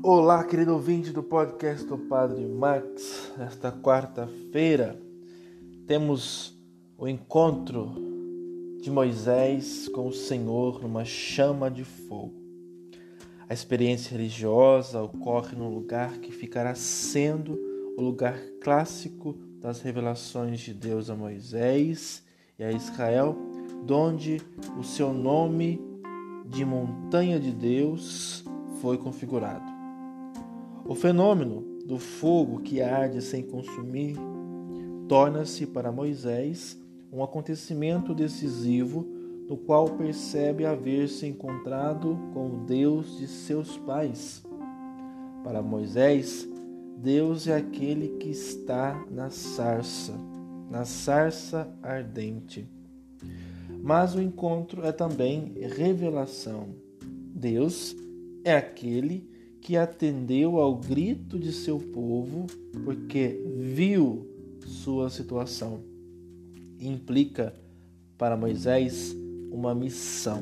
Olá, querido ouvinte do podcast do Padre Max. Nesta quarta-feira temos o encontro de Moisés com o Senhor numa chama de fogo. A experiência religiosa ocorre num lugar que ficará sendo o lugar clássico das revelações de Deus a Moisés e a Israel, donde o seu nome de Montanha de Deus foi configurado. O fenômeno do fogo que arde sem consumir torna-se para Moisés um acontecimento decisivo no qual percebe haver se encontrado com o Deus de seus pais. Para Moisés, Deus é aquele que está na sarça ardente. Mas o encontro é também revelação. Deus é aquele que atendeu ao grito de seu povo porque viu sua situação. Implica para Moisés uma missão.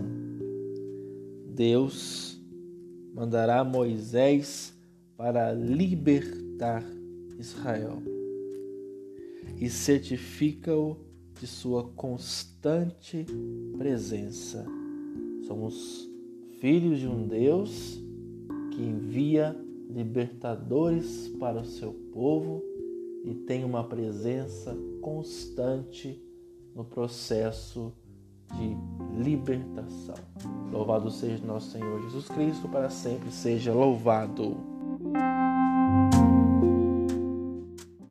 Deus mandará Moisés para libertar Israel e certifica-o de sua constante presença. Somos filhos de um Deus que envia libertadores para o seu povo e tem uma presença constante no processo de libertação. Louvado seja nosso Senhor Jesus Cristo, para sempre seja louvado.